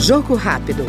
Jogo rápido.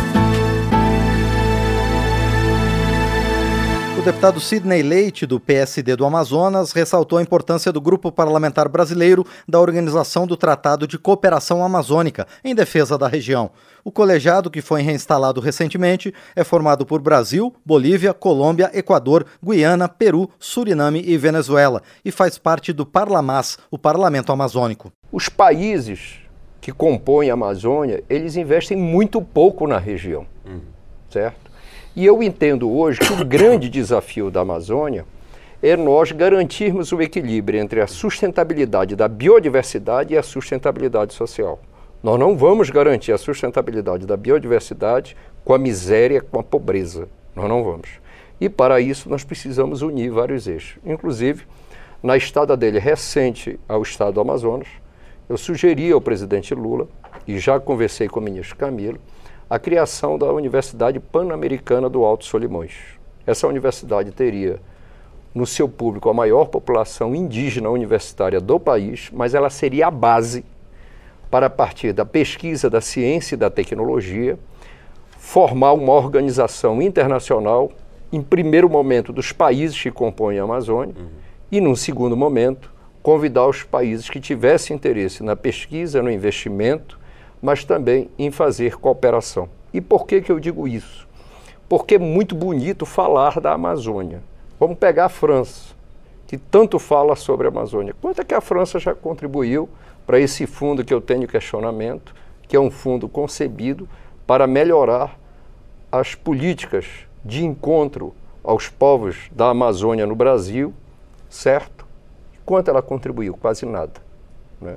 O deputado Sidney Leite, do PSD do Amazonas, ressaltou a importância do Grupo Parlamentar Brasileiro da Organização do Tratado de Cooperação Amazônica em defesa da região. O colegiado, que foi reinstalado recentemente, é formado por Brasil, Bolívia, Colômbia, Equador, Guiana, Peru, Suriname e Venezuela e faz parte do Parlamás, o Parlamento Amazônico. Os países que compõem a Amazônia, eles investem muito pouco na região, certo? E eu entendo hoje que o grande desafio da Amazônia é nós garantirmos o equilíbrio entre a sustentabilidade da biodiversidade e a sustentabilidade social. Nós não vamos garantir a sustentabilidade da biodiversidade com a miséria, com a pobreza. Nós não vamos. E para isso nós precisamos unir vários eixos. Inclusive, na estada dele recente ao estado do Amazonas, eu sugeri ao presidente Lula, e já conversei com o ministro Camilo, a criação da Universidade Pan-Americana do Alto Solimões. Essa universidade teria no seu público a maior população indígena universitária do país, mas ela seria a base para, a partir da pesquisa, da ciência e da tecnologia, formar uma organização internacional, em primeiro momento dos países que compõem a Amazônia, e num segundo momento, convidar os países que tivessem interesse na pesquisa, no investimento, mas também em fazer cooperação. E por que eu digo isso? Porque é muito bonito falar da Amazônia. Vamos pegar a França, que tanto fala sobre a Amazônia. Quanto é que a França já contribuiu para esse fundo que eu tenho questionamento, que é um fundo concebido para melhorar as políticas de encontro aos povos da Amazônia no Brasil, certo? Quanto ela contribuiu? Quase nada, né?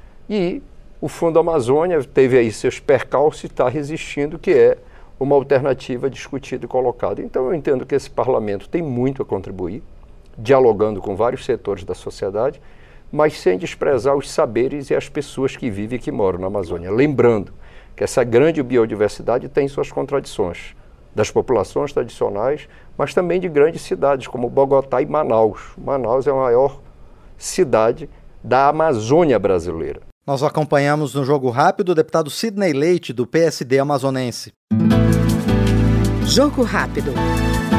E o Fundo Amazônia teve aí seus percalços e está resistindo, que é uma alternativa discutida e colocada. Então eu entendo que esse parlamento tem muito a contribuir, dialogando com vários setores da sociedade, mas sem desprezar os saberes e as pessoas que vivem e que moram na Amazônia. Lembrando que essa grande biodiversidade tem suas contradições, das populações tradicionais, mas também de grandes cidades como Bogotá e Manaus. Manaus é a maior cidade da Amazônia brasileira. Nós acompanhamos no Jogo Rápido o deputado Sidney Leite, do PSD amazonense. Jogo rápido.